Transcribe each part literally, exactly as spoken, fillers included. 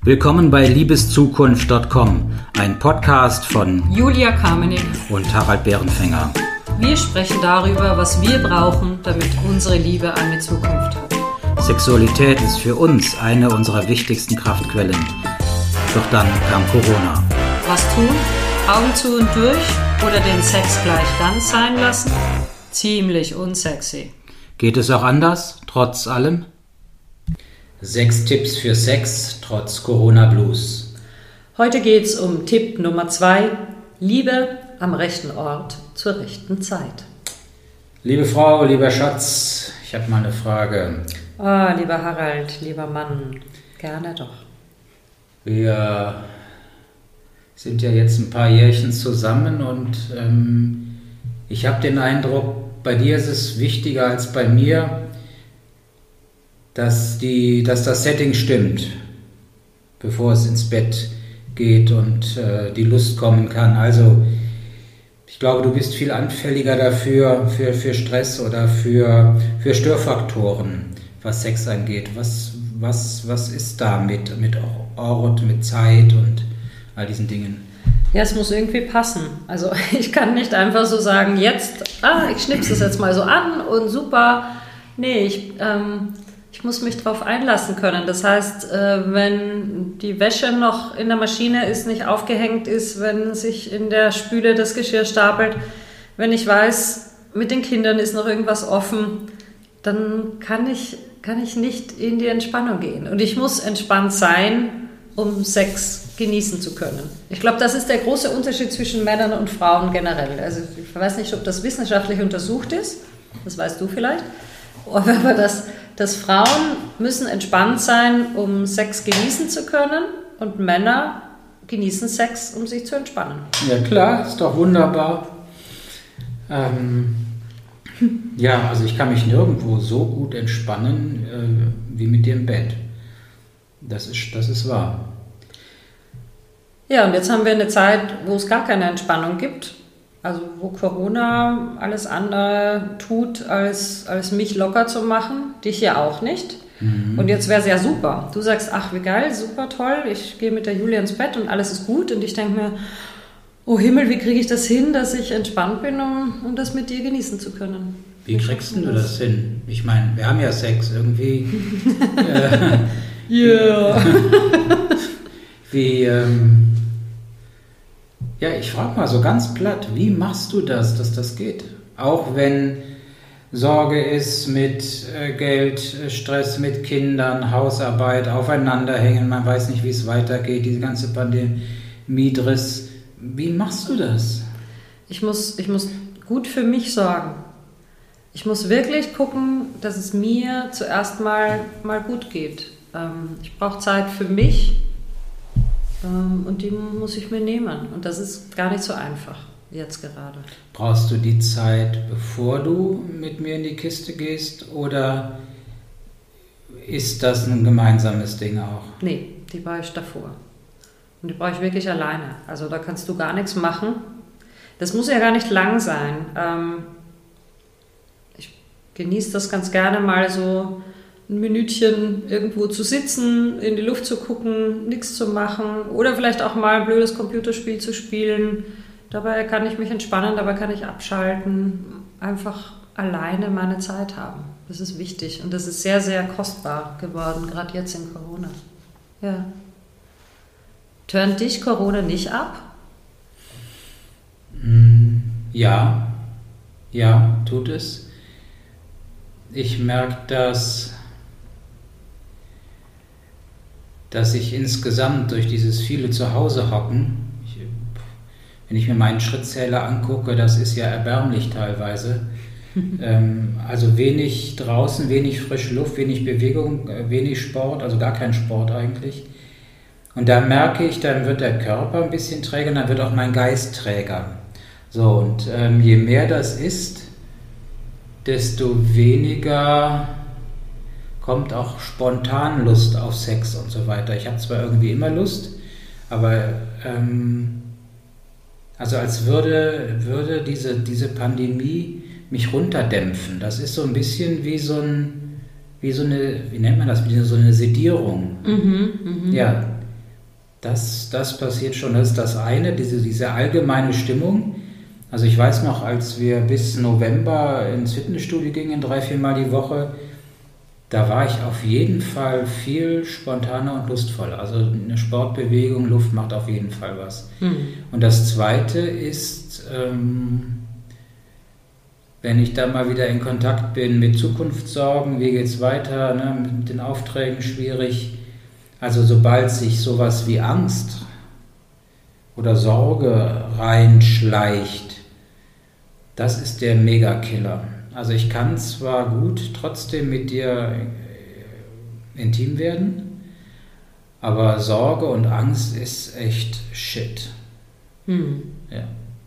Willkommen bei liebeszukunft punkt com, ein Podcast von Julia Kamenik und Harald Bärenfänger. Wir sprechen darüber, was wir brauchen, damit unsere Liebe eine Zukunft hat. Sexualität ist für uns eine unserer wichtigsten Kraftquellen. Doch dann kam Corona. Was tun? Augen zu und durch oder den Sex gleich ganz sein lassen? Ziemlich unsexy. Geht es auch anders, trotz allem? Sechs Tipps für Sex trotz Corona-Blues. Heute geht es um Tipp Nummer zwei: Liebe am rechten Ort zur rechten Zeit. Liebe Frau, lieber Schatz, ich habe mal eine Frage. Ah, lieber Harald, lieber Mann, gerne doch. Wir sind ja jetzt ein paar Jährchen zusammen und ähm, ich habe den Eindruck, bei dir ist es wichtiger als bei mir, dass, die, dass das Setting stimmt, bevor es ins Bett geht und äh, die Lust kommen kann. Also ich glaube, du bist viel anfälliger dafür, für, für Stress oder für, für Störfaktoren, was Sex angeht. Was, was, was ist da mit, mit Ort, mit Zeit und all diesen Dingen? Ja, es muss irgendwie passen. Also ich kann nicht einfach so sagen, jetzt, ah, ich schnipp's das jetzt mal so an und super. Nee, ich... Ähm, Ich muss mich darauf einlassen können. Das heißt, wenn die Wäsche noch in der Maschine ist, nicht aufgehängt ist, wenn sich in der Spüle das Geschirr stapelt, wenn ich weiß, mit den Kindern ist noch irgendwas offen, dann kann ich, kann ich nicht in die Entspannung gehen. Und ich muss entspannt sein, um Sex genießen zu können. Ich glaube, das ist der große Unterschied zwischen Männern und Frauen generell. Also ich weiß nicht, ob das wissenschaftlich untersucht ist, das weißt du vielleicht, aber das... dass Frauen müssen entspannt sein, um Sex genießen zu können, und Männer genießen Sex, um sich zu entspannen. Ja klar, ist doch wunderbar. Ähm, ja, also ich kann mich nirgendwo so gut entspannen äh, wie mit dir im Bett. Das ist, das ist wahr. Ja, und jetzt haben wir eine Zeit, wo es gar keine Entspannung gibt. Also wo Corona alles andere tut, als, als mich locker zu machen, dich ja auch nicht. Mhm. Und jetzt wäre es ja super. Du sagst, ach wie geil, super toll, ich gehe mit der Julia ins Bett und alles ist gut. Und ich denke mir, oh Himmel, wie kriege ich das hin, dass ich entspannt bin, um, um das mit dir genießen zu können? Wie, wie kriegst du das hin? Ich meine, wir haben ja Sex irgendwie. Ja. äh, yeah. Wie... Ähm, Ja, ich frage mal so ganz platt, wie machst du das, dass das geht? Auch wenn Sorge ist mit äh, Geld, Stress mit Kindern, Hausarbeit, Aufeinanderhängen, man weiß nicht, wie es weitergeht, diese ganze Pandemie-Driss. Wie machst du das? Ich muss, ich muss gut für mich sorgen. Ich muss wirklich gucken, dass es mir zuerst mal, mal gut geht. Ähm, ich brauche Zeit für mich. Und die muss ich mir nehmen. Und das ist gar nicht so einfach, jetzt gerade. Brauchst du die Zeit, bevor du mit mir in die Kiste gehst? Oder ist das ein gemeinsames Ding auch? Nee, die brauche ich davor. Und die brauche ich wirklich alleine. Also da kannst du gar nichts machen. Das muss ja gar nicht lang sein. Ich genieße das ganz gerne mal so... ein Minütchen irgendwo zu sitzen, in die Luft zu gucken, nichts zu machen oder vielleicht auch mal ein blödes Computerspiel zu spielen. Dabei kann ich mich entspannen, dabei kann ich abschalten, einfach alleine meine Zeit haben. Das ist wichtig und das ist sehr, sehr kostbar geworden, gerade jetzt in Corona. Ja. Turnt dich Corona nicht ab? Ja, ja, tut es. Ich merke, dass... dass ich insgesamt durch dieses viele Zuhause hocken, ich, wenn ich mir meinen Schrittzähler angucke, das ist ja erbärmlich teilweise, ähm, also wenig draußen, wenig frische Luft, wenig Bewegung, wenig Sport, also gar kein Sport eigentlich. Und da merke ich, dann wird der Körper ein bisschen träger, dann wird auch mein Geist träger. So, und ähm, je mehr das ist, desto weniger... kommt auch spontan Lust auf Sex und so weiter. Ich habe zwar irgendwie immer Lust, aber ähm, also als würde, würde diese, diese Pandemie mich runterdämpfen. Das ist so ein bisschen wie so ein, wie so eine, wie nennt man das, wie so eine Sedierung. Mhm, mh. Ja, Das, das passiert schon, das ist das eine, diese, diese allgemeine Stimmung. Also ich weiß noch, als wir bis November ins Fitnessstudio gingen, drei, viermal die Woche, da war ich auf jeden Fall viel spontaner und lustvoller. Also eine Sportbewegung, Luft macht auf jeden Fall was. Mhm. Und das zweite ist, ähm, wenn ich da mal wieder in Kontakt bin mit Zukunftssorgen, wie geht es weiter, ne, mit den Aufträgen schwierig. Also sobald sich sowas wie Angst oder Sorge reinschleicht, das ist der Megakiller. Also ich kann zwar gut trotzdem mit dir intim werden, aber Sorge und Angst ist echt Shit. Hm. Ja.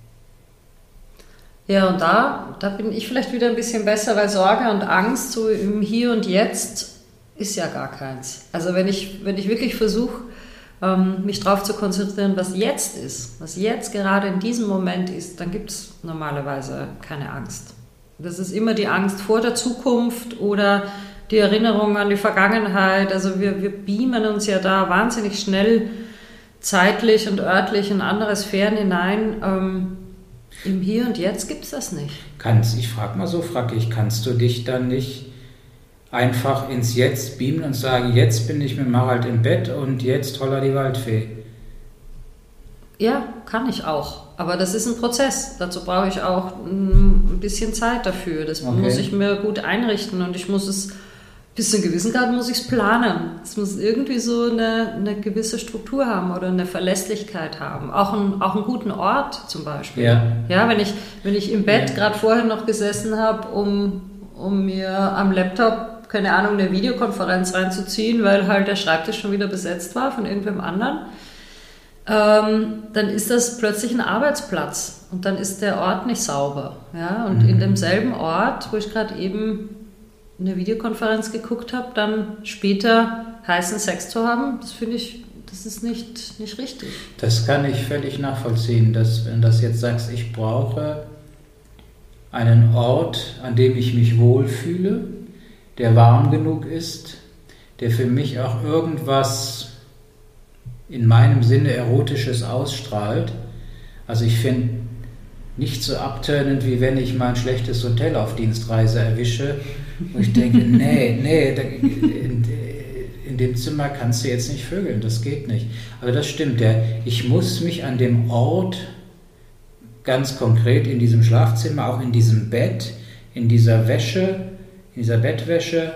Ja, und da, da bin ich vielleicht wieder ein bisschen besser, weil Sorge und Angst so im Hier und Jetzt ist ja gar keins. Also wenn ich, wenn ich wirklich versuche, ähm, mich darauf zu konzentrieren, was jetzt ist, was jetzt gerade in diesem Moment ist, dann gibt es normalerweise keine Angst. Das ist immer die Angst vor der Zukunft oder die Erinnerung an die Vergangenheit. Also wir, wir beamen uns ja da wahnsinnig schnell zeitlich und örtlich in andere Sphären hinein. Ähm, Im Hier und Jetzt gibt es das nicht. Kannst, ich frage mal so, frage ich, kannst du dich dann nicht einfach ins Jetzt beamen und sagen, jetzt bin ich mit Harald im Bett und jetzt holla die Waldfee? Ja, kann ich auch. Aber das ist ein Prozess. Dazu brauche ich auch ein bisschen Zeit dafür. Das okay. muss ich mir gut einrichten und ich muss es, bis zu einem gewissen Grad muss ich es planen. Es muss irgendwie so eine, eine gewisse Struktur haben oder eine Verlässlichkeit haben. Auch, ein, auch einen guten Ort zum Beispiel. Ja, ja wenn, ich, wenn ich im Bett ja. gerade vorher noch gesessen habe, um, um mir am Laptop, keine Ahnung, eine Videokonferenz reinzuziehen, weil halt der Schreibtisch schon wieder besetzt war von irgendwem anderen, ähm, dann ist das plötzlich ein Arbeitsplatz und dann ist der Ort nicht sauber. Ja? Und mhm. in demselben Ort, wo ich gerade eben eine Videokonferenz geguckt habe, dann später heißen Sex zu haben, das finde ich, das ist nicht, nicht richtig. Das kann ich völlig nachvollziehen, dass wenn du das jetzt sagst, ich brauche einen Ort, an dem ich mich wohlfühle, der warm genug ist, der für mich auch irgendwas in meinem Sinne Erotisches ausstrahlt. Also ich finde nicht so abtönend, wie wenn ich mal ein schlechtes Hotel auf Dienstreise erwische, wo ich denke, nee, nee, in, in dem Zimmer kannst du jetzt nicht vögeln, das geht nicht. Aber das stimmt, ja. Ich muss mich an dem Ort, ganz konkret in diesem Schlafzimmer, auch in diesem Bett, in dieser Wäsche, in dieser Bettwäsche,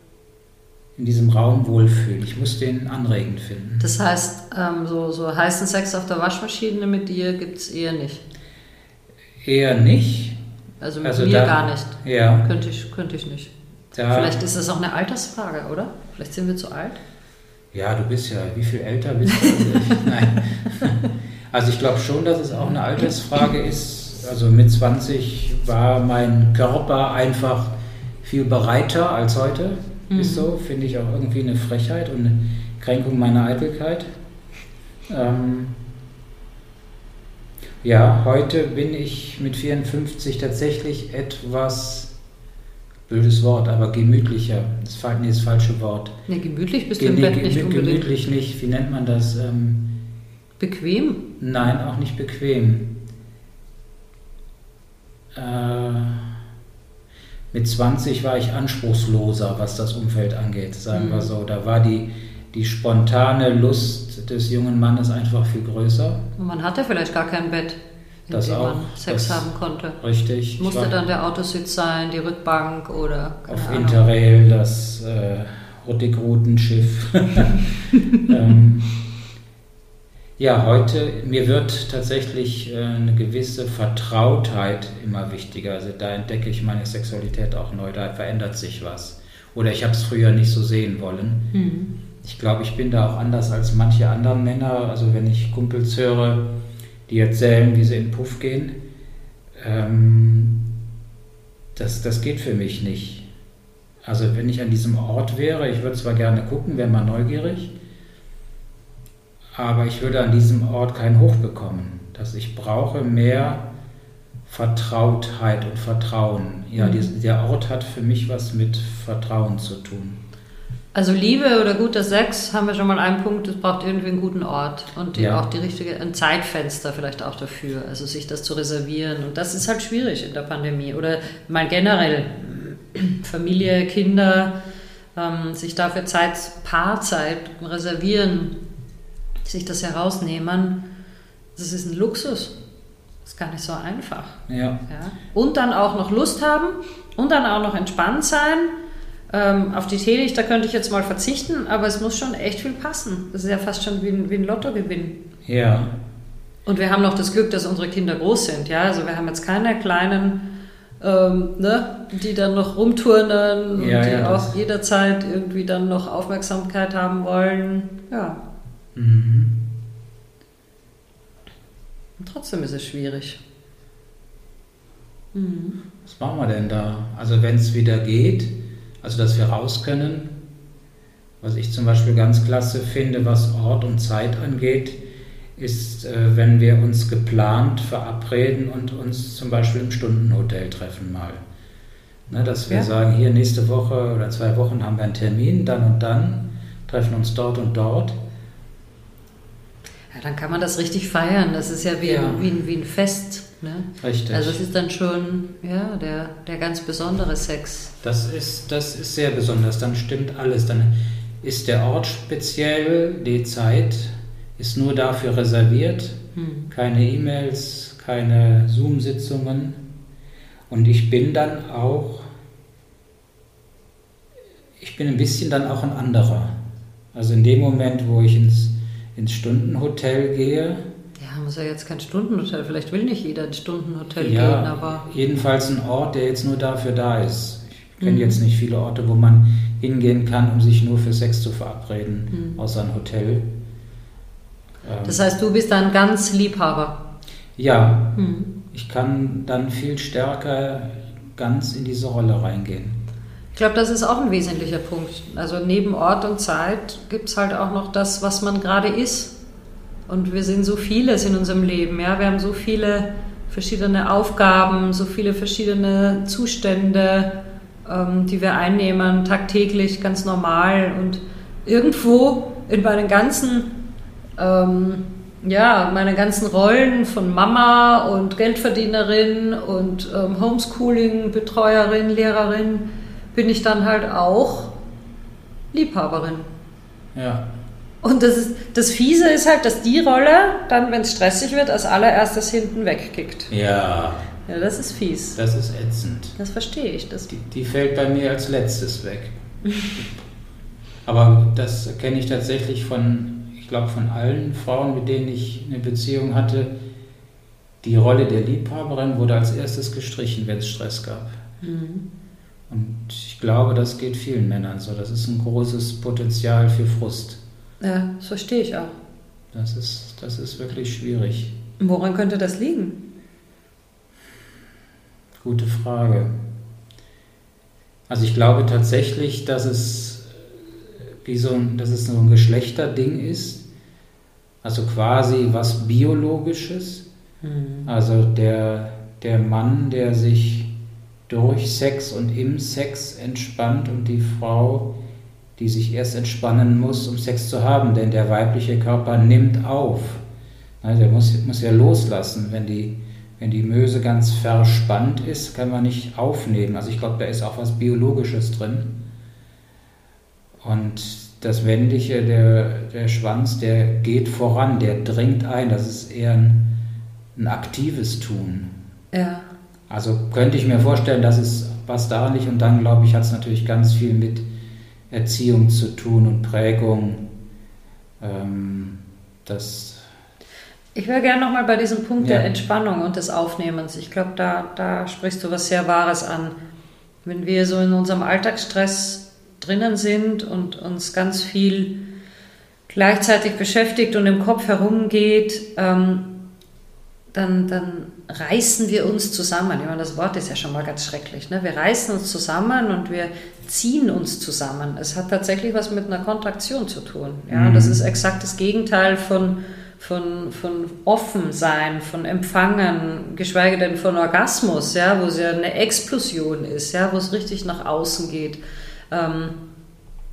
in diesem Raum wohlfühlen. Ich muss den anregend finden. Das heißt, ähm, so, so heißen Sex auf der Waschmaschine mit dir gibt es eher nicht? Eher nicht. Also mit also mir da, gar nicht. Ja. Könnte ich, könnte ich nicht. Da, Vielleicht ist das auch eine Altersfrage, oder? Vielleicht sind wir zu alt? Ja, du bist ja, wie viel älter bist du? Nein. Also ich glaube schon, dass es auch eine Altersfrage ist. Also mit zwanzig war mein Körper einfach viel bereiter als heute. Mhm. Ist so, finde ich auch irgendwie eine Frechheit und eine Kränkung meiner Eitelkeit. Ähm, ja, heute bin ich mit vierundfünfzig tatsächlich etwas, blödes Wort, aber gemütlicher. Das ist nee, das falsche Wort. Nee, gemütlich bist du im Bett nicht unbedingt. Gemütlich nicht, wie nennt man das? Ähm, bequem? Nein, auch nicht bequem. Äh, mit zwanzig war ich anspruchsloser, was das Umfeld angeht, sagen mhm. wir so. Da war die, die spontane Lust des jungen Mannes einfach viel größer. Und man hatte vielleicht gar kein Bett, in das dem auch, man Sex das haben konnte. Richtig. Musste dann der Autositz sein, die Rückbank oder keine auf Ahnung. Interrail, das äh, Hurtigrutenschiff. ähm, Ja, heute, mir wird tatsächlich äh, eine gewisse Vertrautheit immer wichtiger. Also da entdecke ich meine Sexualität auch neu, da verändert sich was. Oder ich habe es früher nicht so sehen wollen. Mhm. Ich glaube, ich bin da auch anders als manche anderen Männer. Also wenn ich Kumpels höre, die erzählen, wie sie in den Puff gehen, ähm, das, das geht für mich nicht. Also wenn ich an diesem Ort wäre, ich würde zwar gerne gucken, wäre mal neugierig, aber ich würde an diesem Ort keinen Hoch bekommen. Dass ich brauche mehr Vertrautheit und Vertrauen. Ja, mhm. die, der Ort hat für mich was mit Vertrauen zu tun. Also Liebe oder guter Sex, haben wir schon mal einen Punkt, es braucht irgendwie einen guten Ort und die, Ja. auch die richtige, ein Zeitfenster vielleicht auch dafür, also sich das zu reservieren. Und das ist halt schwierig in der Pandemie. Oder mal generell Familie, Kinder, ähm, sich dafür Zeit, Paarzeit reservieren, sich das herausnehmen, das ist ein Luxus. Das ist gar nicht so einfach. Ja. Ja. Und dann auch noch Lust haben und dann auch noch entspannt sein. Ähm, auf die Teelichter könnte ich jetzt mal verzichten, aber es muss schon echt viel passen. Das ist ja fast schon wie ein, wie ein Lottogewinn. Ja. Und wir haben noch das Glück, dass unsere Kinder groß sind. Ja? Also wir haben jetzt keine kleinen, ähm, ne, die dann noch rumturnen und Ja, die ja, auch jederzeit irgendwie dann noch Aufmerksamkeit haben wollen. Ja. Mhm. Und trotzdem ist es schwierig. Mhm. Was machen wir denn da? Also wenn es wieder geht, also dass wir raus können, was ich zum Beispiel ganz klasse finde, was Ort und Zeit angeht, ist, äh, wenn wir uns geplant verabreden und uns zum Beispiel im Stundenhotel treffen mal. Ne, dass wir Ja. sagen, hier nächste Woche oder zwei Wochen haben wir einen Termin, dann und dann, treffen uns dort und dort. Ja, dann kann man das richtig feiern. Das ist ja wie, Ja. wie, ein, wie ein Fest. Ne? Richtig. Also es ist dann schon ja, der, der ganz besondere Sex. Das ist, das ist sehr besonders, dann stimmt alles. Dann ist der Ort speziell, die Zeit ist nur dafür reserviert, Hm. keine E-Mails, keine Zoom-Sitzungen. Und ich bin dann auch, ich bin ein bisschen dann auch ein anderer. Also in dem Moment, wo ich ins, ins Stundenhotel gehe, Ja, muss ja jetzt kein Stundenhotel, vielleicht will nicht jeder ein Stundenhotel ja, gehen, aber jedenfalls ein Ort, der jetzt nur dafür da ist. Ich kenne Mhm. jetzt nicht viele Orte, wo man hingehen kann, um sich nur für Sex zu verabreden, Mhm. außer ein Hotel. Ähm, das heißt, du bist dann ganz Liebhaber. ja, Hm. ich kann dann viel stärker ganz in diese Rolle reingehen. Ich glaube, das ist auch ein wesentlicher Punkt. Also neben Ort und Zeit gibt es halt auch noch das, was man gerade ist. Und wir sind so vieles in unserem Leben. Ja? Wir haben so viele verschiedene Aufgaben, so viele verschiedene Zustände, ähm, die wir einnehmen, tagtäglich, ganz normal. Und irgendwo in meinen ganzen, ähm, ja, meine ganzen Rollen von Mama und Geldverdienerin und ähm, Homeschooling, Betreuerin, Lehrerin, bin ich dann halt auch Liebhaberin. Ja, Und das, ist, das Fiese ist halt, dass die Rolle dann, wenn es stressig wird, als allererstes hinten wegkickt. ja, Ja, das ist fies. das ist ätzend. Das verstehe ich. Das, Die, die fällt bei mir als letztes weg. Aber das kenne ich tatsächlich von, ich glaube, von allen Frauen, mit denen ich eine Beziehung hatte. Die Rolle der Liebhaberin wurde als erstes gestrichen, wenn es Stress gab. Mhm. Und ich glaube, das geht vielen Männern so. Das ist ein großes Potenzial für Frust. Ja, das verstehe ich auch. Das ist, das ist wirklich schwierig. Woran könnte das liegen? Gute Frage. Also ich glaube tatsächlich, dass es wie so ein, dass es so ein Geschlechterding ist. Also quasi was Biologisches. Mhm. Also der, der Mann, der sich durch Sex und im Sex entspannt und die Frau, die sich erst entspannen muss, um Sex zu haben, denn der weibliche Körper nimmt auf. Also der muss, muss ja loslassen. Wenn die, wenn die Möse ganz verspannt ist, kann man nicht aufnehmen. Also ich glaube, da ist auch was Biologisches drin. Und das Männliche, der, der Schwanz, der geht voran, der dringt ein. Das ist eher ein, ein aktives Tun. Ja. Also könnte ich mir vorstellen, dass es was daran liegt. Und dann, glaube ich, hat es natürlich ganz viel mit Erziehung zu tun und Prägung. Ähm, das Ich wäre gerne nochmal bei diesem Punkt Ja. der Entspannung und des Aufnehmens. Ich glaube, da, da sprichst du was sehr Wahres an. Wenn wir so in unserem Alltagsstress drinnen sind und uns ganz viel gleichzeitig beschäftigt und im Kopf herumgeht, ähm, dann, dann reißen wir uns zusammen. Ich meine, das Wort ist ja schon mal ganz schrecklich. Ne? Wir reißen uns zusammen und wir ziehen uns zusammen. Es hat tatsächlich was mit einer Kontraktion zu tun. Ja? Mhm. Das ist exakt das Gegenteil von, von, von offen sein, von empfangen, geschweige denn von Orgasmus, ja? Wo es ja eine Explosion ist, ja? Wo es richtig nach außen geht. Ähm,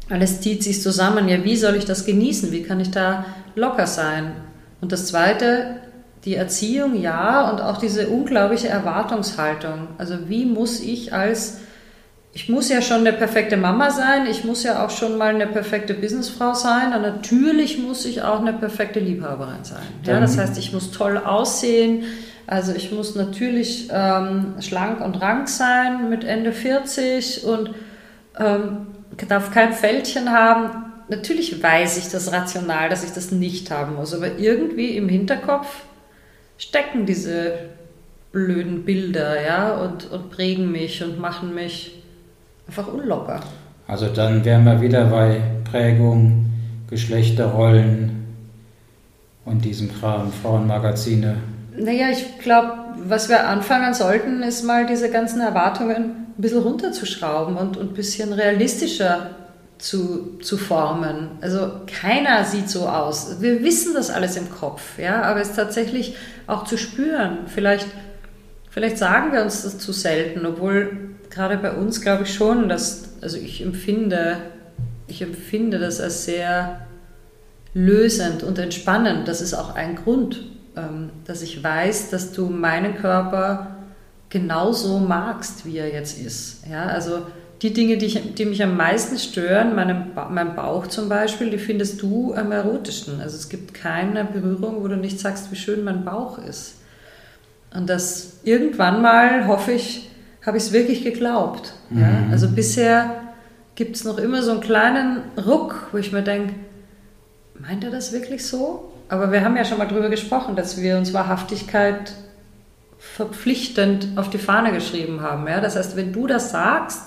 alles zieht sich zusammen. Ja, wie soll ich das genießen? Wie kann ich da locker sein? Und das Zweite, die Erziehung, ja, und auch diese unglaubliche Erwartungshaltung. Also wie muss ich als, ich muss ja schon eine perfekte Mama sein, ich muss ja auch schon mal eine perfekte Businessfrau sein, und natürlich muss ich auch eine perfekte Liebhaberin sein. Ja, das heißt, ich muss toll aussehen, also ich muss natürlich ähm, schlank und rank sein mit Ende vierzig und ähm, darf kein Fältchen haben. Natürlich weiß ich das rational, dass ich das nicht haben muss, aber irgendwie im Hinterkopf stecken diese blöden Bilder, ja, und, und prägen mich und machen mich einfach unlocker. Also dann wären wir wieder bei Prägung, Geschlechterrollen und diesem Kram, Frauenmagazine. Naja, ich glaube, was wir anfangen sollten, ist mal diese ganzen Erwartungen ein bisschen runterzuschrauben und, und ein bisschen realistischer zu, zu formen. Also keiner sieht so aus. Wir wissen das alles im Kopf, ja, aber es tatsächlich auch zu spüren. Vielleicht, vielleicht sagen wir uns das zu selten, obwohl gerade bei uns glaube ich schon, dass, also ich empfinde, ich empfinde das als sehr lösend und entspannend. Das ist auch ein Grund, ähm, dass ich weiß, dass du meinen Körper genauso magst, wie er jetzt ist. Ja, also die Dinge, die, ich, die mich am meisten stören, meinem ba- mein Bauch zum Beispiel, die findest du am erotischsten. Also es gibt keine Berührung, wo du nicht sagst, wie schön mein Bauch ist. Und das irgendwann mal, hoffe ich, habe ich es wirklich geglaubt. Mhm. Ja? Also bisher gibt es noch immer so einen kleinen Ruck, wo ich mir denke, meint er das wirklich so? Aber wir haben ja schon mal darüber gesprochen, dass wir uns Wahrhaftigkeit verpflichtend auf die Fahne geschrieben haben. Ja? Das heißt, wenn du das sagst,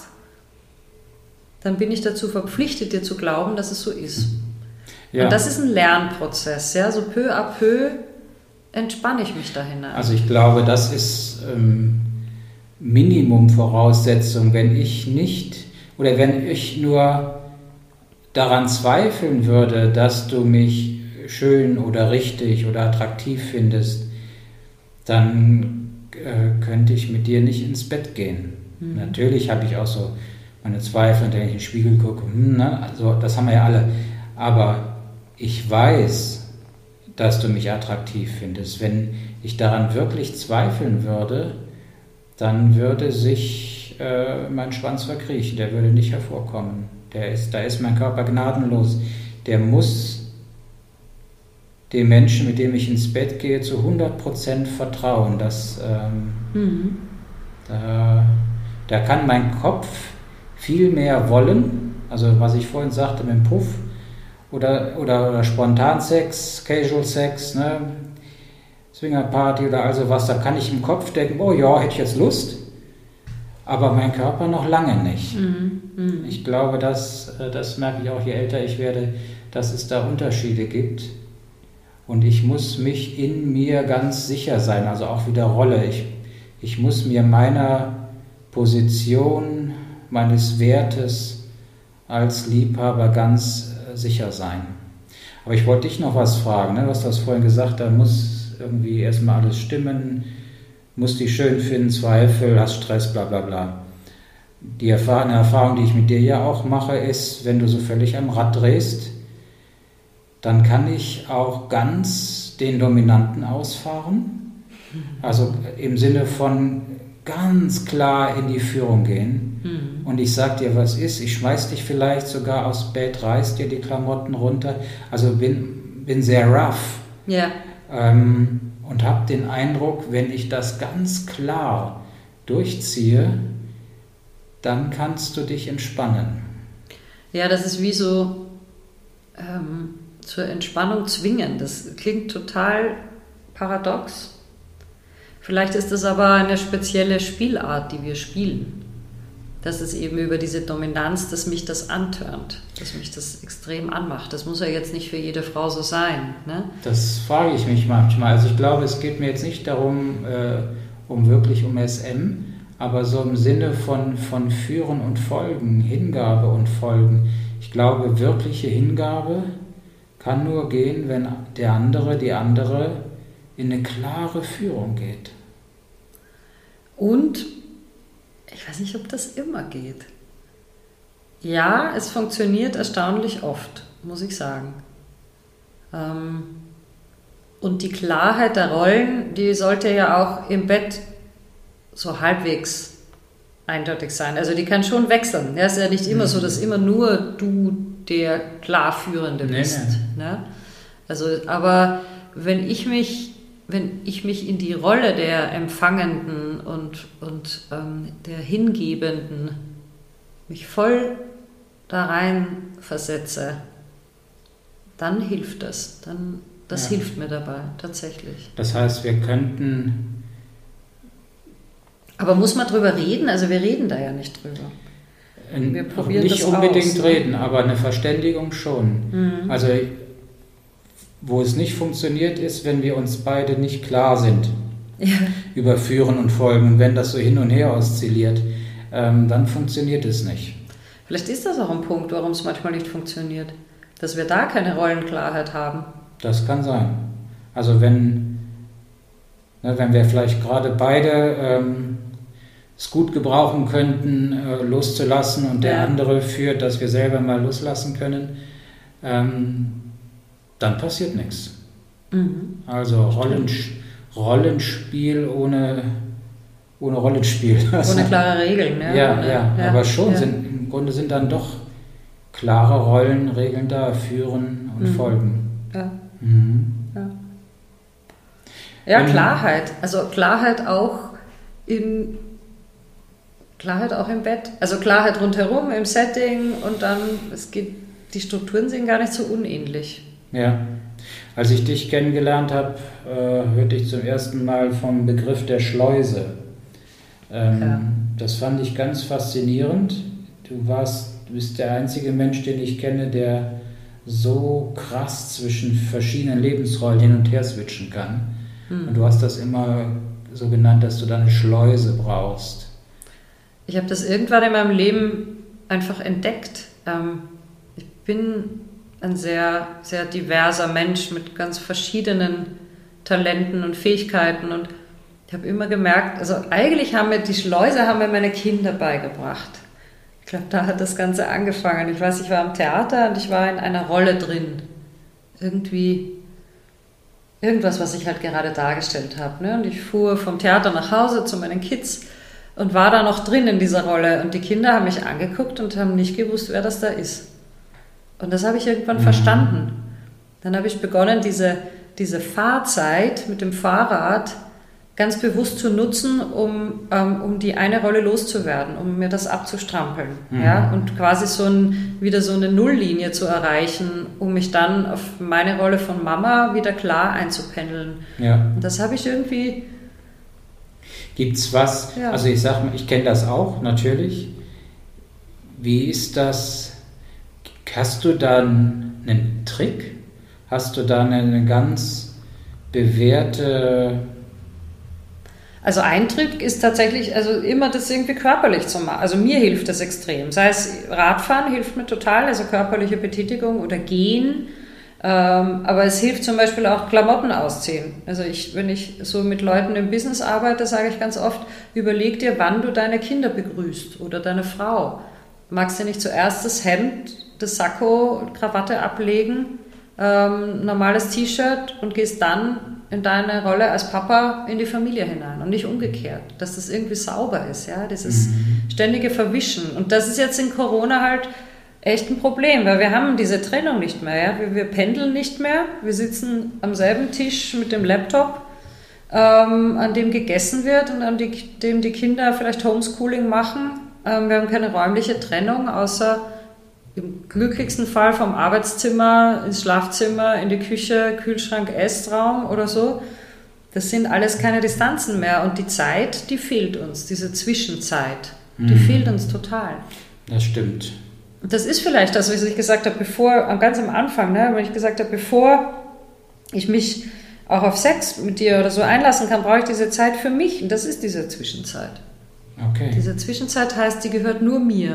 dann bin ich dazu verpflichtet, dir zu glauben, dass es so ist. Ja. Und das ist ein Lernprozess. Ja? So peu à peu entspanne ich mich da hinein. Also ich glaube, das ist ähm, Minimum-Voraussetzung, wenn ich nicht oder wenn ich nur daran zweifeln würde, dass du mich schön oder richtig oder attraktiv findest, dann äh, könnte ich mit dir nicht ins Bett gehen. Mhm. Natürlich habe ich auch so meine Zweifel, wenn ich in den Spiegel gucke, hm, ne? Also das haben wir ja alle. Aber ich weiß, dass du mich attraktiv findest. Wenn ich daran wirklich zweifeln würde, dann würde sich äh, mein Schwanz verkriechen, der würde nicht hervorkommen. Der ist, da ist mein Körper gnadenlos. Der muss dem Menschen, mit dem ich ins Bett gehe, zu hundert Prozent vertrauen. Dass, ähm, mhm. da, da kann mein Kopf viel mehr wollen, also was ich vorhin sagte mit dem Puff oder, oder, oder Spontansex, Casual Sex, ne? Swingerparty oder also was, da kann ich im Kopf denken, oh ja, hätte ich jetzt Lust, aber mein Körper noch lange nicht. Mhm. Mhm. Ich glaube, das, das merke ich auch, je älter ich werde, dass es da Unterschiede gibt und ich muss mich in mir ganz sicher sein, also auch wieder Rolle. Ich, ich muss mir meiner Position, meines Wertes als Liebhaber ganz äh, sicher sein. Aber ich wollte dich noch was fragen, ne? Du hast das vorhin gesagt, da muss irgendwie erstmal alles stimmen, muss dich schön finden, Zweifel, hast Stress, bla bla bla. Die Erfahrung, eine Erfahrung, die ich mit dir ja auch mache, ist, wenn du so völlig am Rad drehst, dann kann ich auch ganz den Dominanten ausfahren, also im Sinne von ganz klar in die Führung gehen. Mhm. Und ich sag dir, was ist, ich schmeiß dich vielleicht sogar aufs Bett, reiß dir die Klamotten runter, also bin, bin sehr rough. Ja. Ähm, und habe den Eindruck, wenn ich das ganz klar durchziehe, dann kannst du dich entspannen. Ja, das ist wie so ähm, zur Entspannung zwingen. Das klingt total paradox. Vielleicht ist es aber eine spezielle Spielart, die wir spielen. Das ist eben über diese Dominanz, dass mich das antörnt, dass mich das extrem anmacht. Das muss ja jetzt nicht für jede Frau so sein. Ne? Das frage ich mich manchmal. Also ich glaube, es geht mir jetzt nicht darum, äh, um wirklich um S M, aber so im Sinne von, von Führen und Folgen, Hingabe und Folgen. Ich glaube, wirkliche Hingabe kann nur gehen, wenn der andere, die andere in eine klare Führung geht. Und ich weiß nicht, ob das immer geht. Ja, es funktioniert erstaunlich oft, muss ich sagen. Ähm, und die Klarheit der Rollen, die sollte ja auch im Bett so halbwegs eindeutig sein. Also die kann schon wechseln. Ja, es ist ja nicht immer so, dass immer nur du der Klarführende bist. Nee, nee. Ne? Also, aber wenn ich mich, wenn ich mich in die Rolle der Empfangenden und, und ähm, der Hingebenden mich voll da rein versetze, dann hilft das. Dann, das ja. hilft mir dabei, tatsächlich. Das heißt, wir könnten... Aber muss man drüber reden? Also wir reden da ja nicht drüber. Wir probieren nicht das unbedingt aus, reden, aber eine Verständigung schon. Mhm. Also wo es nicht funktioniert ist, wenn wir uns beide nicht klar sind ja. über Führen und Folgen. Und wenn das so hin und her oszilliert, ähm, dann funktioniert es nicht. Vielleicht ist das auch ein Punkt, warum es manchmal nicht funktioniert. Dass wir da keine Rollenklarheit haben. Das kann sein. Also wenn, ne, wenn wir vielleicht gerade beide ähm, es gut gebrauchen könnten, äh, loszulassen und der ja. andere führt, dass wir selber mal loslassen können, ähm, dann passiert nichts. Mhm. Also Rollens- Rollenspiel ohne, ohne Rollenspiel. Ohne klare Regeln. Ne? Ja, ohne, ja, ja, aber schon, ja. sind, im Grunde sind dann doch klare Rollenregeln da, führen und mhm. folgen. Ja. Mhm. Ja, ja Klarheit. Also Klarheit auch in... Klarheit auch im Bett, also Klarheit rundherum im Setting und dann, es geht, die Strukturen sind gar nicht so unähnlich. Ja, als ich dich kennengelernt habe, äh, hörte ich zum ersten Mal vom Begriff der Schleuse. Ähm, ja. Das fand ich ganz faszinierend. Du warst, du bist der einzige Mensch, den ich kenne, der so krass zwischen verschiedenen Lebensrollen hin und her switchen kann. Hm. Und du hast das immer so genannt, dass du da eine Schleuse brauchst. Ich habe das irgendwann in meinem Leben einfach entdeckt. Ich bin ein sehr, sehr diverser Mensch mit ganz verschiedenen Talenten und Fähigkeiten und ich habe immer gemerkt, also eigentlich haben mir die Schleuse haben mir meine Kinder beigebracht. Ich glaube, da hat das Ganze angefangen. Ich weiß, ich war am Theater und ich war in einer Rolle drin. Irgendwie irgendwas, was ich halt gerade dargestellt habe. Ne? Und ich fuhr vom Theater nach Hause zu meinen Kids und war da noch drin in dieser Rolle. Und die Kinder haben mich angeguckt und haben nicht gewusst, wer das da ist. Und das habe ich irgendwann mhm. verstanden. Dann habe ich begonnen, diese, diese Fahrzeit mit dem Fahrrad ganz bewusst zu nutzen, um, ähm, um die eine Rolle loszuwerden, um mir das abzustrampeln. Mhm. Ja? Und quasi so ein, wieder so eine Nulllinie zu erreichen, um mich dann auf meine Rolle von Mama wieder klar einzupendeln. Ja. Und das habe ich irgendwie... Gibt's was, ja. also ich sag mal, ich kenne das auch, natürlich. Wie ist das, hast du da einen Trick? Hast du da eine ganz bewährte... Also ein Trick ist tatsächlich, also immer das irgendwie körperlich zu machen. Also mir hilft das extrem. Sei es Radfahren hilft mir total, also körperliche Betätigung oder Gehen. Ähm, aber es hilft zum Beispiel auch Klamotten ausziehen. Also ich, wenn ich so mit Leuten im Business arbeite, sage ich ganz oft, überleg dir, wann du deine Kinder begrüßt oder deine Frau. Magst du nicht zuerst das Hemd, das Sakko und Krawatte ablegen, ähm, normales T-Shirt und gehst dann in deine Rolle als Papa in die Familie hinein und nicht umgekehrt, dass das irgendwie sauber ist, ja, dieses mhm. ständige Verwischen. Und das ist jetzt in Corona halt echt ein Problem, weil wir haben diese Trennung nicht mehr, ja, wir, wir pendeln nicht mehr, wir sitzen am selben Tisch mit dem Laptop, ähm, an dem gegessen wird und an die, dem die Kinder vielleicht Homeschooling machen. Ähm, wir haben keine räumliche Trennung, außer im glücklichsten Fall vom Arbeitszimmer ins Schlafzimmer, in die Küche, Kühlschrank, Essraum oder so. Das sind alles keine Distanzen mehr. Und die Zeit, die fehlt uns, diese Zwischenzeit, die mhm. fehlt uns total. Das stimmt. Das ist vielleicht das, was ich gesagt habe, bevor, ganz am Anfang, ne, wenn ich gesagt habe, bevor ich mich auch auf Sex mit dir oder so einlassen kann, brauche ich diese Zeit für mich. Und das ist diese Zwischenzeit. Okay. Diese Zwischenzeit heißt, die gehört nur mir.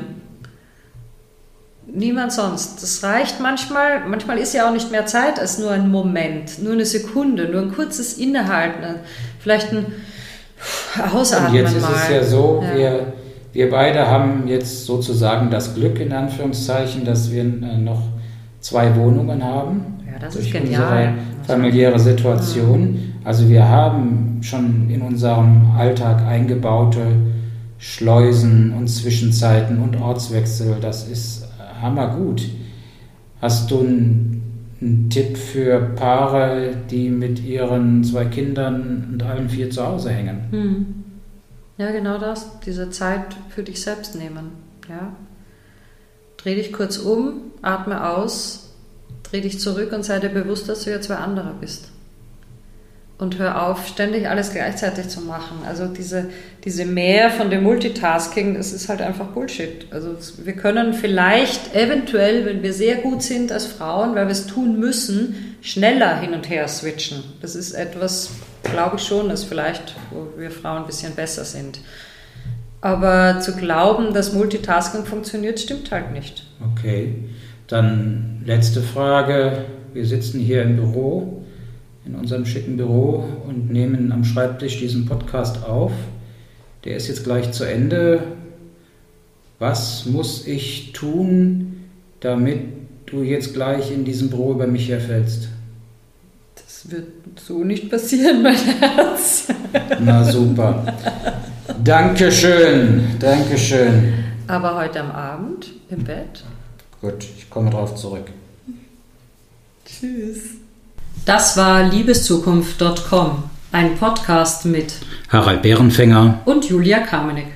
Niemand sonst. Das reicht manchmal. Manchmal ist ja auch nicht mehr Zeit als nur ein Moment, nur eine Sekunde, nur ein kurzes Innehalten, vielleicht ein Ausatmen mal. Und jetzt ist es ja so, ja. wir, wir beide haben jetzt sozusagen das Glück, in Anführungszeichen, dass wir äh, noch zwei Wohnungen haben. Ja, das durch ist genial. Unsere familiäre Situation. Mhm. Also wir haben schon in unserem Alltag eingebaute Schleusen und Zwischenzeiten und Ortswechsel. Das ist hammergut. Hast du einen, einen Tipp für Paare, die mit ihren zwei Kindern und allen vier zu Hause hängen? Mhm. Ja, genau das. Diese Zeit für dich selbst nehmen. Ja. Dreh dich kurz um, atme aus, dreh dich zurück und sei dir bewusst, dass du jetzt wer anderer bist. Und hör auf, ständig alles gleichzeitig zu machen. Also diese, diese Mehr von dem Multitasking, das ist halt einfach Bullshit. Also wir können vielleicht eventuell, wenn wir sehr gut sind als Frauen, weil wir es tun müssen, schneller hin und her switchen. Das ist etwas, glaube ich schon, dass vielleicht, wo wir Frauen ein bisschen besser sind. Aber zu glauben, dass Multitasking funktioniert, stimmt halt nicht. Okay, dann letzte Frage. Wir sitzen hier im Büro, in unserem schicken Büro und nehmen am Schreibtisch diesen Podcast auf. Der ist jetzt gleich zu Ende. Was muss ich tun, damit du jetzt gleich in diesem Büro über mich herfällst? Das wird so nicht passieren, mein Herz. Na super. Dankeschön, Dankeschön. Aber heute am Abend im Bett? Gut, ich komme drauf zurück. Tschüss. Das war liebeszukunft Punkt com, ein Podcast mit Harald Bärenfänger und Julia Kamenik.